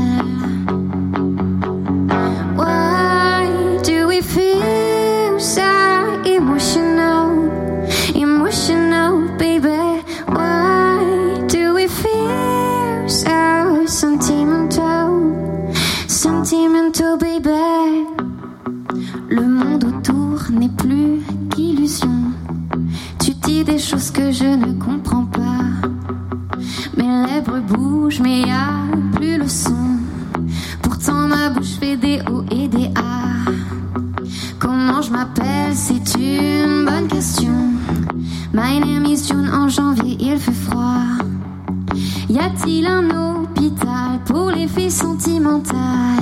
Why do we feel so emotional? Emotional, baby. Why do we feel so sentimental? Sentimental, baby. Le monde autour n'est plus qu'illusion. Tu dis des choses que je ne comprends pas. Mes lèvres bougent mais y a plus le son. Pourtant ma bouche fait des O et des A. Comment je m'appelle, c'est une bonne question. My name is June, en janvier il fait froid. Y a-t-il un hôpital pour les filles sentimentales?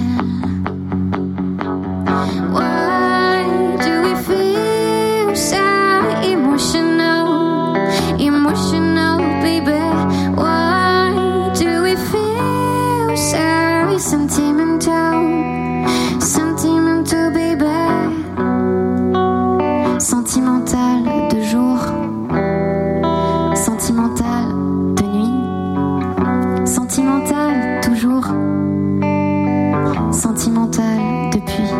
Why do we feel so emotional? Emotional, baby. Why do we feel so sentimental? Sentimental, baby. Sentimental de jour, sentimental de nuit, sentimental toujours, sentimental depuis.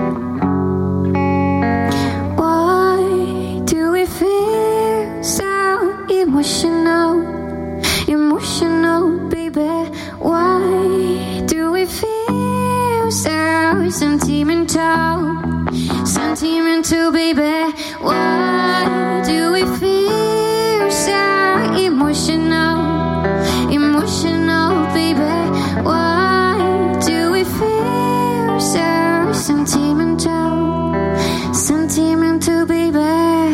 Why do we feel so emotional? Emotional, baby. Why do we feel so sentimental? Sentimental, baby. Why do we feel so emotional? Emotional, baby. Why do we feel so sentimental? Sentimental, baby.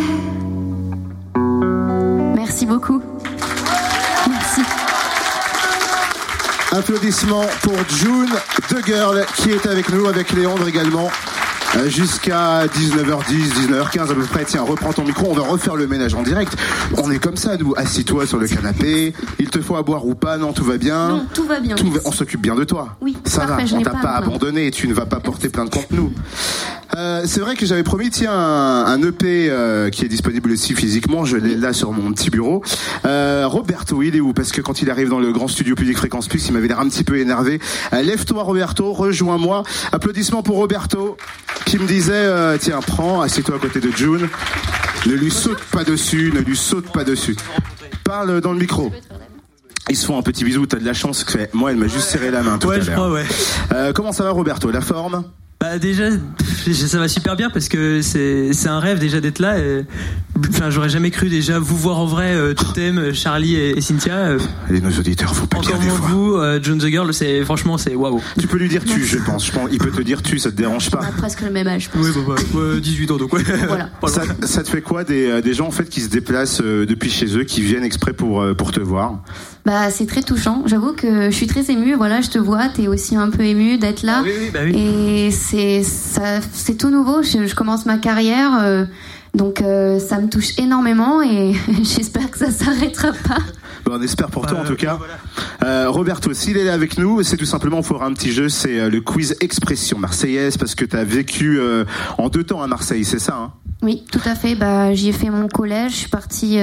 Merci beaucoup. Merci. Applaudissements pour June the Girl qui est avec nous, avec Léandre également. Jusqu'à 19h10, 19h15 à peu près. Tiens, reprends ton micro, on va refaire le ménage en direct. On est comme ça, nous. Assis-toi sur le canapé. Il te faut à boire ou pas? Non, tout va bien? Non, tout va bien. On s'occupe bien de toi. Oui, ça parfait, va. On t'a pas abandonné. Tu ne vas pas porter plainte contre nous. C'est vrai que j'avais promis, tiens, un EP qui est disponible aussi physiquement. Je l'ai là sur mon petit bureau. Roberto, il est où? Parce que quand il arrive dans le grand studio public Fréquence Plus, il m'avait l'air un petit peu énervé. Lève-toi, Roberto, rejoins-moi. Applaudissements pour Roberto, qui me disait, tiens, prends, assieds-toi à côté de June. Ne lui saute pas dessus, ne lui saute pas dessus. Parle dans le micro. Ils se font un petit bisou, t'as de la chance. Moi, elle m'a juste serré la main tout à l'heure. Ouais, je crois, ouais. Comment ça va, Roberto? La forme? Bah déjà, ça va super bien parce que c'est un rêve déjà d'être là. Enfin, j'aurais jamais cru déjà vous voir en vrai, Totem, Charlie et Cynthia. Et nos auditeurs, faut pas dire des fois. Encore moins vous, June the Girl, franchement, c'est waouh. Tu peux lui dire tu, je pense. Il peut te dire tu, ça te dérange pas? On a presque le même âge, je pense. Oui, 18 ans, donc ouais. Voilà. Ça te fait quoi des gens en fait qui se déplacent depuis chez eux, qui viennent exprès pour te voir? Bah, c'est très touchant. J'avoue que je suis très émue. Voilà, je te vois, t'es aussi un peu émue d'être là. Oui. Et c'est tout nouveau. Je commence ma carrière, donc ça me touche énormément et j'espère que ça s'arrêtera pas. On espère pour toi en tout cas. Voilà. Roberto, s'il est là avec nous, c'est tout simplement pour un petit jeu, c'est le quiz expression marseillaise parce que t'as vécu en 2 temps à Marseille, c'est ça hein? Oui, tout à fait. Bah, j'y ai fait mon collège. Je suis partie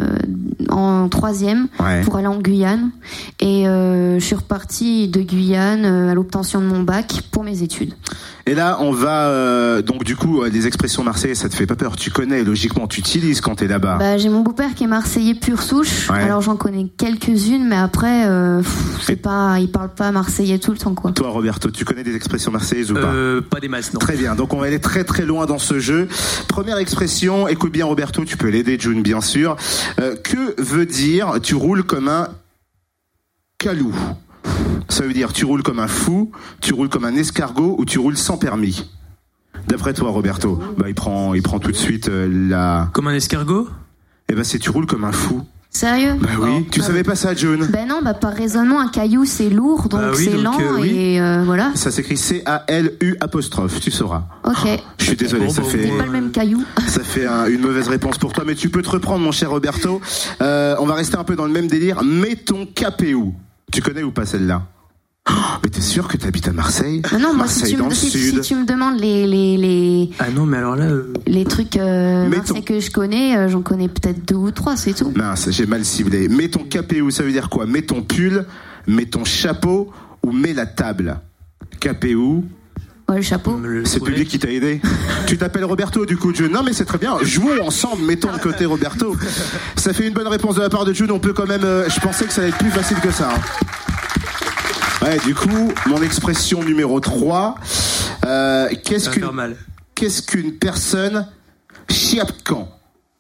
en 3e pour aller en Guyane. Et je suis repartie de Guyane à l'obtention de mon bac pour mes études. Et là, on va donc du coup des expressions marseillaises, ça te fait pas peur? Tu connais, logiquement, tu utilises quand t'es là-bas. Bah, j'ai mon beau-père qui est marseillais pure souche. Ouais. Alors j'en connais quelques-unes, mais après, il parle pas marseillais tout le temps, quoi. Toi, Roberto, tu connais des expressions marseillaises ou pas? Pas des masses, non. Très bien. Donc on va aller très très loin dans ce jeu. Première expression, écoute bien, Roberto, tu peux l'aider, June, bien sûr. Que veut dire tu roules comme un calou? Ça veut dire tu roules comme un fou, tu roules comme un escargot ou tu roules sans permis. D'après toi, Roberto, bah il prend tout de suite la. Comme un escargot? Eh ben c'est tu roules comme un fou. Sérieux? Bah oui. Tu savais pas ça, June? Ben non, par raisonnement, un caillou c'est lourd, donc c'est lent et voilà. Ça s'écrit C-A-L-U apostrophe, tu sauras. Ok. Je suis désolé, ça fait. C'est pas le même caillou. Ça fait une mauvaise réponse pour toi, mais tu peux te reprendre, mon cher Roberto. On va rester un peu dans le même délire. Mets ton capé où? Tu connais ou pas celle-là? Mais t'es sûr que t'habites à Marseille? Non, moi, Marseille si tu me demandes les Ah non, mais alors là... Les trucs Marseille que je connais, j'en connais peut-être 2 ou 3, c'est tout. Mince, j'ai mal ciblé. Mets ton capé où, ça veut dire quoi? Mets ton pull, mets ton chapeau ou mets la table? Capé où? Ouais, le chapeau. C'est le public qui t'a aidé. Tu t'appelles Roberto, du coup, June. Non, mais c'est très bien. Jouons ensemble, mettons de côté Roberto. Ça fait une bonne réponse de la part de June. On peut quand même... je pensais que ça allait être plus facile que ça. Ouais, du coup, mon expression numéro 3. Qu'est-ce qu'une personne chiapcan?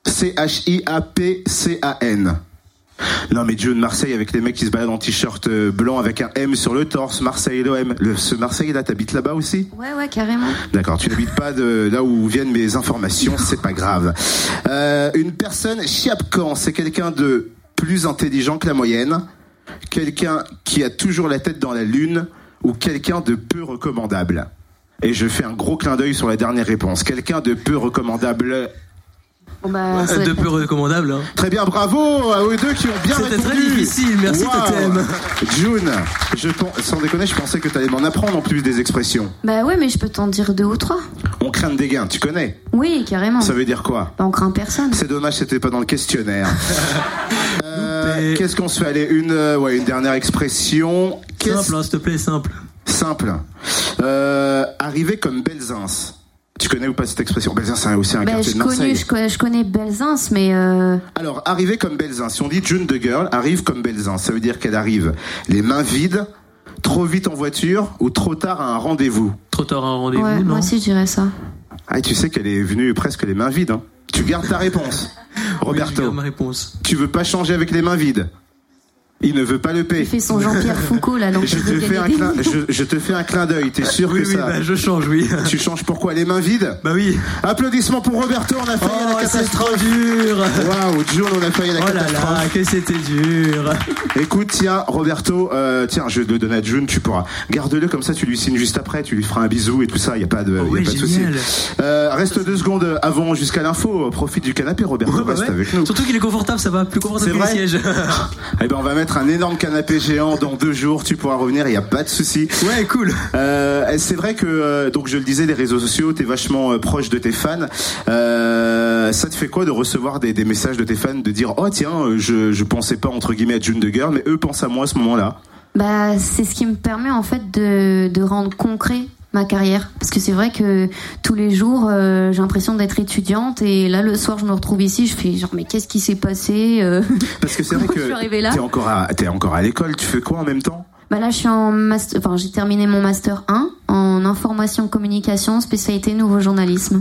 C-H-I-A-P-C-A-N. Non mais June, Marseille avec les mecs qui se baladent en t-shirt blanc avec un M sur le torse, Marseille l'OM. Ce Marseille là, t'habites là-bas aussi? Ouais, carrément. D'accord, tu n'habites pas de là où viennent mes informations, c'est pas grave. Une personne chiapcan, c'est quelqu'un de plus intelligent que la moyenne, quelqu'un qui a toujours la tête dans la lune ou quelqu'un de peu recommandable. Et je fais un gros clin d'œil sur la dernière réponse. Quelqu'un de peu recommandable. Bon bah, de peu recommandable. Hein. Très bien, bravo à eux deux qui ont bien répondu. C'était très difficile, merci Totem. June, sans déconner, je pensais que tu allais m'en apprendre en plus des expressions. Bah ouais, mais je peux t'en dire 2 ou 3. On craint des gains, tu connais? Oui, carrément. Ça veut dire quoi? Bah, on craint personne. C'est dommage, c'était pas dans le questionnaire. Qu'est-ce qu'on se fait? Allez, une dernière expression. Simple, hein, s'il te plaît, simple. Simple. Arriver comme Belzins. Tu connais ou pas cette expression? Belzins, c'est aussi un quartier de Marseille. Je connais Belzins, mais... Alors, arriver comme Belzins. Si on dit June the Girl, arrive comme Belzins, ça veut dire qu'elle arrive les mains vides, trop vite en voiture ou trop tard à un rendez-vous. Trop tard à un rendez-vous, ouais, non? Moi aussi, je dirais ça. Ah, tu sais qu'elle est venue presque les mains vides. Hein. Tu gardes ta réponse. Roberto, oui, je garde ma réponse. Tu veux pas changer avec les mains vides? Il ne veut pas le payer. Il fait son Jean-Pierre Foucault là, donc je te fais un clin d'œil. T'es sûr que ça? Bah, je change, oui. Tu changes pourquoi? Les mains vides? Bah oui. Applaudissements pour Roberto. On a failli à la catastrophe. C'est trop dur. Waouh, June, on a failli à la catastrophe. Oh là là, que c'était dur. Écoute, tiens, Roberto, je vais le donner à June. Tu pourras garde-le comme ça. Tu lui signes juste après. Tu lui feras un bisou et tout ça. Il y a pas de, y a pas de souci. Reste 2 secondes avant jusqu'à l'info. Profite du canapé, Roberto. Reste avec nous. Surtout qu'il est confortable. Ça va plus confortable que le siège. Eh ben, on va mettre un énorme canapé géant dans 2 jours, tu pourras revenir, il n'y a pas de souci. Ouais, cool. C'est vrai que, donc je le disais, les réseaux sociaux, t'es vachement proche de tes fans. Ça te fait quoi de recevoir des messages de tes fans, de dire oh tiens, je pensais pas entre guillemets à June the Girl, mais eux pensent à moi à ce moment-là? Bah, c'est ce qui me permet en fait de rendre concret ma carrière, parce que c'est vrai que tous les jours j'ai l'impression d'être étudiante et là le soir je me retrouve ici, je fais genre mais qu'est-ce qui s'est passé Parce que c'est vrai que je suis arrivée là. t'es encore à l'école, tu fais quoi en même temps? Bah là je suis en master, enfin j'ai terminé mon master 1 en information communication, spécialité nouveau journalisme.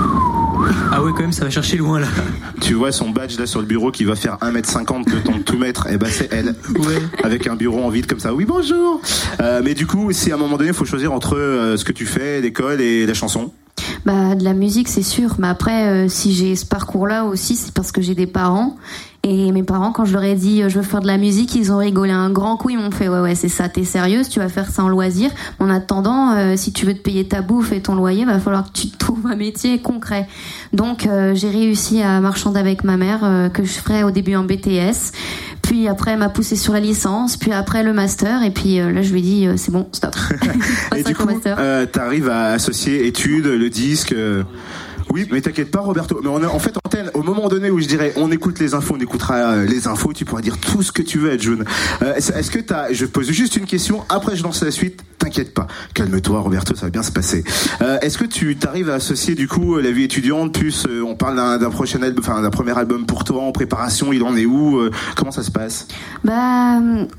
Ah ouais, quand même, ça va chercher loin là. Tu vois son badge là sur le bureau qui va faire 1m50 le temps de tout mettre, et bah c'est elle. Ouais. Avec un bureau en vide comme ça. Oui, bonjour. Mais du coup, si à un moment donné, il faut choisir entre ce que tu fais, l'école et la chanson. Bah de la musique c'est sûr, mais après si j'ai ce parcours-là aussi, c'est parce que j'ai des parents. Et mes parents, quand je leur ai dit je veux faire de la musique, ils ont rigolé un grand coup. Ils m'ont fait ouais c'est ça, t'es sérieuse, tu vas faire ça en loisir. En attendant, si tu veux te payer ta bouffe et ton loyer, va falloir que tu te trouves un métier concret. Donc j'ai réussi à marchander avec ma mère, que je ferais au début en BTS. Puis après elle m'a poussé sur la licence, puis après le master, et puis là je lui ai dit c'est bon, stop. Et du coup, t'arrives à associer études, le disque. Oui, mais t'inquiète pas, Roberto. Mais on a, en fait, antenne, au moment donné où je dirais on écoute les infos, on écoutera les infos, tu pourras dire tout ce que tu veux à June. Est-ce que je pose juste une question, après je lance la suite, t'inquiète pas. Calme-toi, Roberto, ça va bien se passer. Est-ce que tu t'arrives à associer, du coup, la vie étudiante, plus on parle d'un prochain album, enfin, d'un premier album pour toi en préparation, il en est où? Comment ça se passe? Bah,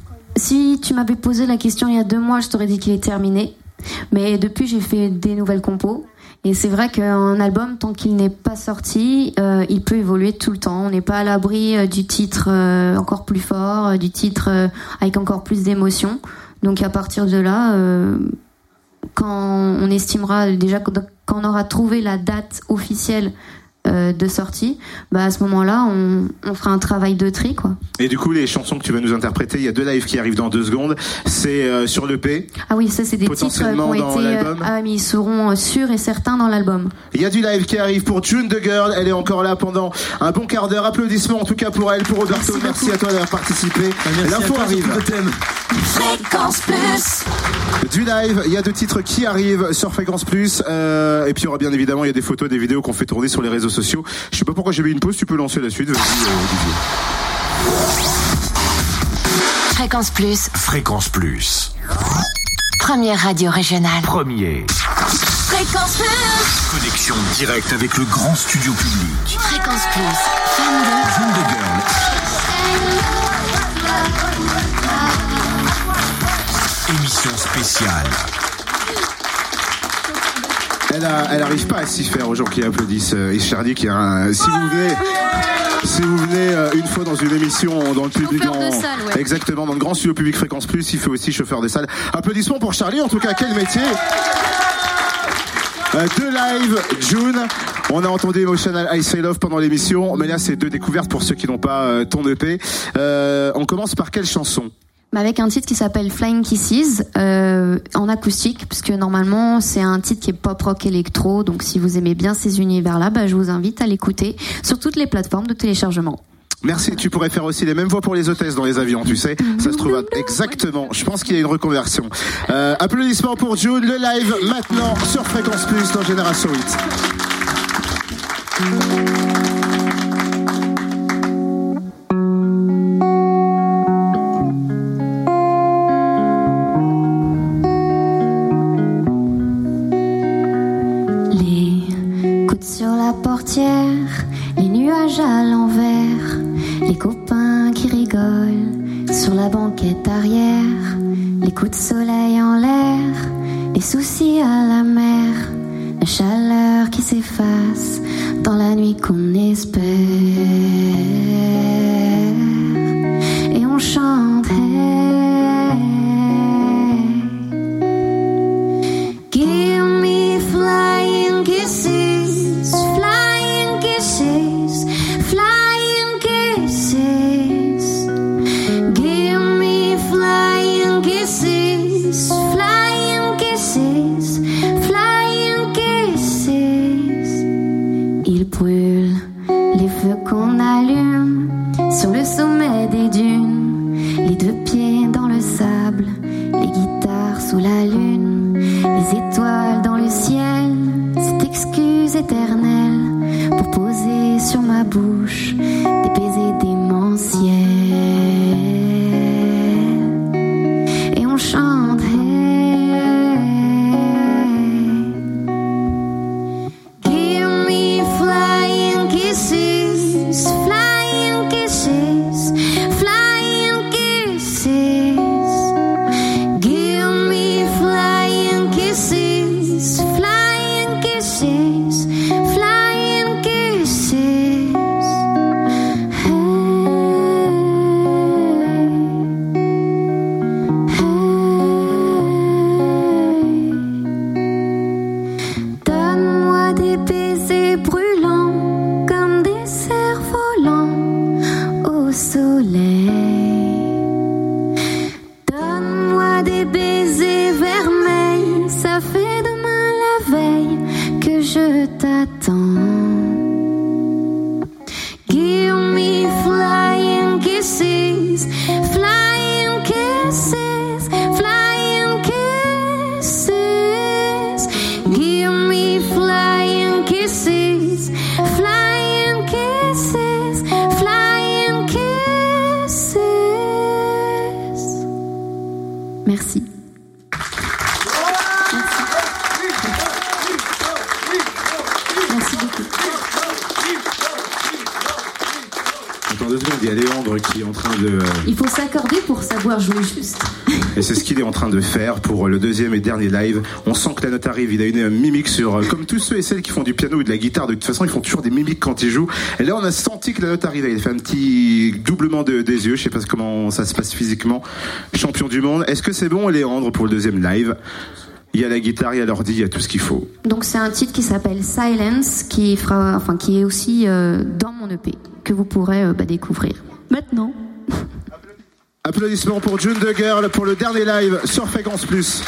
si tu m'avais posé la question il y a 2 mois, je t'aurais dit qu'il est terminé. Mais depuis, j'ai fait des nouvelles compos. Et c'est vrai qu'un album, tant qu'il n'est pas sorti, il peut évoluer tout le temps. On n'est pas à l'abri du titre encore plus fort, du titre avec encore plus d'émotion. Donc à partir de là, quand on estimera déjà, quand on aura trouvé la date officielle de sortie, bah à ce moment-là on fera un travail de tri quoi. Et du coup les chansons que tu vas nous interpréter, il y a 2 lives qui arrivent dans 2 secondes, c'est sur l'EP. Ah oui, ça c'est des titres qui ont été mais ils seront sûrs et certains dans l'album. Il y a du live qui arrive pour June the Girl, elle est encore là pendant un bon quart d'heure. Applaudissements en tout cas pour elle, pour Roberto, merci à toi d'avoir participé. L'info arrive. Fréquence Plus. Du live, il y a 2 titres qui arrivent sur Fréquence Plus, et puis il y aura bien évidemment, il y a des photos, des vidéos qu'on fait tourner sur les réseaux sociaux. Je sais pas pourquoi j'ai mis une pause, tu peux lancer la suite. Vas-y, Olivier. Fréquence Plus. Fréquence Plus. Première radio régionale. Premier. Fréquence Plus. Connexion directe avec le grand studio public. Fréquence Plus. Fan de June the Girl. Émission spéciale. Elle arrive pas à s'y faire aux gens qui applaudissent. Et Charlie qui a si vous venez une fois dans une émission dans le public, exactement dans le grand studio public Fréquence Plus, il fait aussi chauffeur de salle. Applaudissements pour Charlie. En tout cas, quel métier. 2 live, June. On a entendu Emotional I Say Love pendant l'émission, mais là c'est 2 découvertes pour ceux qui n'ont pas ton EP. On commence par quelle chanson? Avec un titre qui s'appelle Flying Kisses, en acoustique, puisque normalement c'est un titre qui est pop rock électro, donc si vous aimez bien ces univers-là, bah, je vous invite à l'écouter sur toutes les plateformes de téléchargement. Merci, tu pourrais faire aussi les mêmes voix pour les hôtesses dans les avions, tu sais. Ça se trouve exactement. Je pense qu'il y a une reconversion. Applaudissements pour June, le live maintenant sur Fréquence Plus dans Génération 8. Sur la portière, les nuages à l'envers, les copains qui rigolent sur la banquette arrière, les coups de soleil en l'air, les soucis à la mer, la chaleur qui s'efface dans la nuit qu'on espère. Et on chante hey, give me flying kisses. Qu'on allume sur le sommet des dunes, les 2 pieds dans le sable, les guitares sous la lune, les étoiles dans le ciel, cette excuse éternelle pour poser sur ma bouche des baisers démentiels. Et on chante hey, 2 secondes, il y a Léandre qui est en train de... Il faut s'accorder pour savoir jouer juste. Et c'est ce qu'il est en train de faire pour le deuxième et dernier live. On sent que la note arrive, il a une mimique sur... Comme tous ceux et celles qui font du piano ou de la guitare, de toute façon, ils font toujours des mimiques quand ils jouent. Et là, on a senti que la note arrivait. Il fait un petit doublement des yeux, je sais pas comment ça se passe physiquement. Champion du monde. Est-ce que c'est bon, Léandre, pour le deuxième live ? Il y a la guitare, il y a l'ordi, il y a tout ce qu'il faut. Donc c'est un titre qui s'appelle Silence, qui est aussi dans mon EP, que vous pourrez découvrir maintenant. Applaudissements pour June the Girl pour le dernier live sur Fréquence Plus.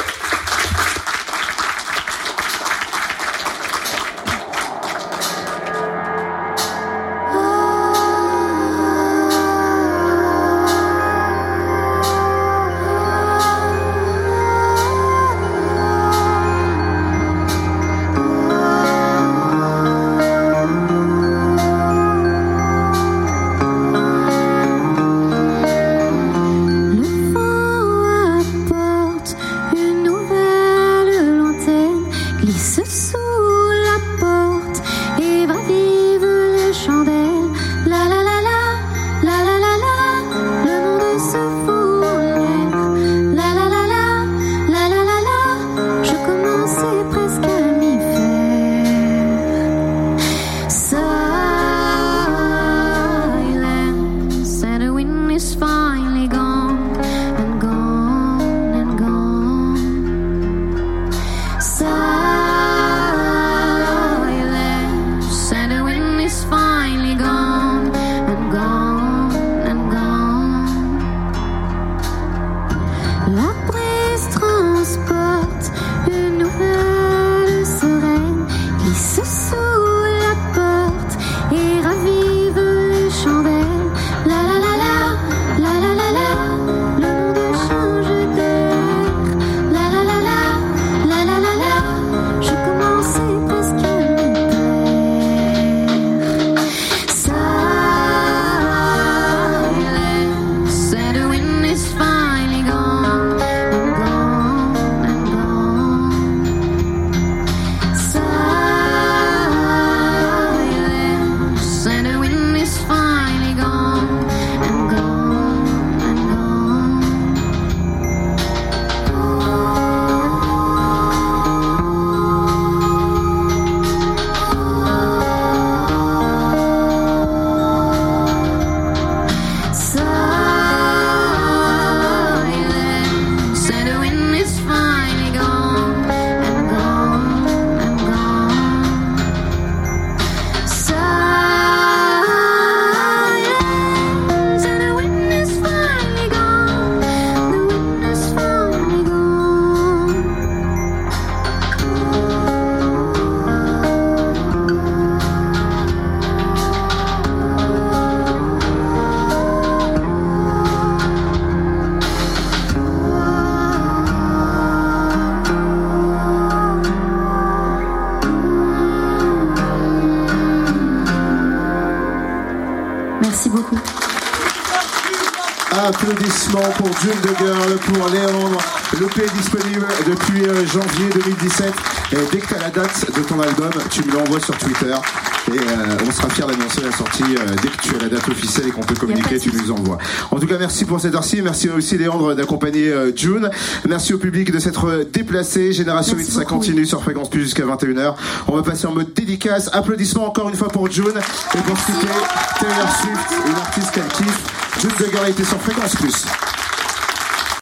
Applaudissements pour June the Girl, pour Léandre. L'EP est disponible depuis janvier 2017. Et dès que tu as la date de ton album, tu me l'envoies sur Twitter. Et on sera fiers d'annoncer la sortie dès que tu as la date officielle et qu'on peut communiquer, tu nous envoies. En tout cas, merci pour cette heure-ci. Merci aussi Léandre d'accompagner June. Merci au public de s'être déplacé. Génération 8, ça continue sur Fréquence Plus jusqu'à 21h. On va passer en mode dédicace. Applaudissements encore une fois pour June. Et pour citer Taylor Swift, une artiste qu'elle kiffe. June the Girl a été sur Fréquence Plus.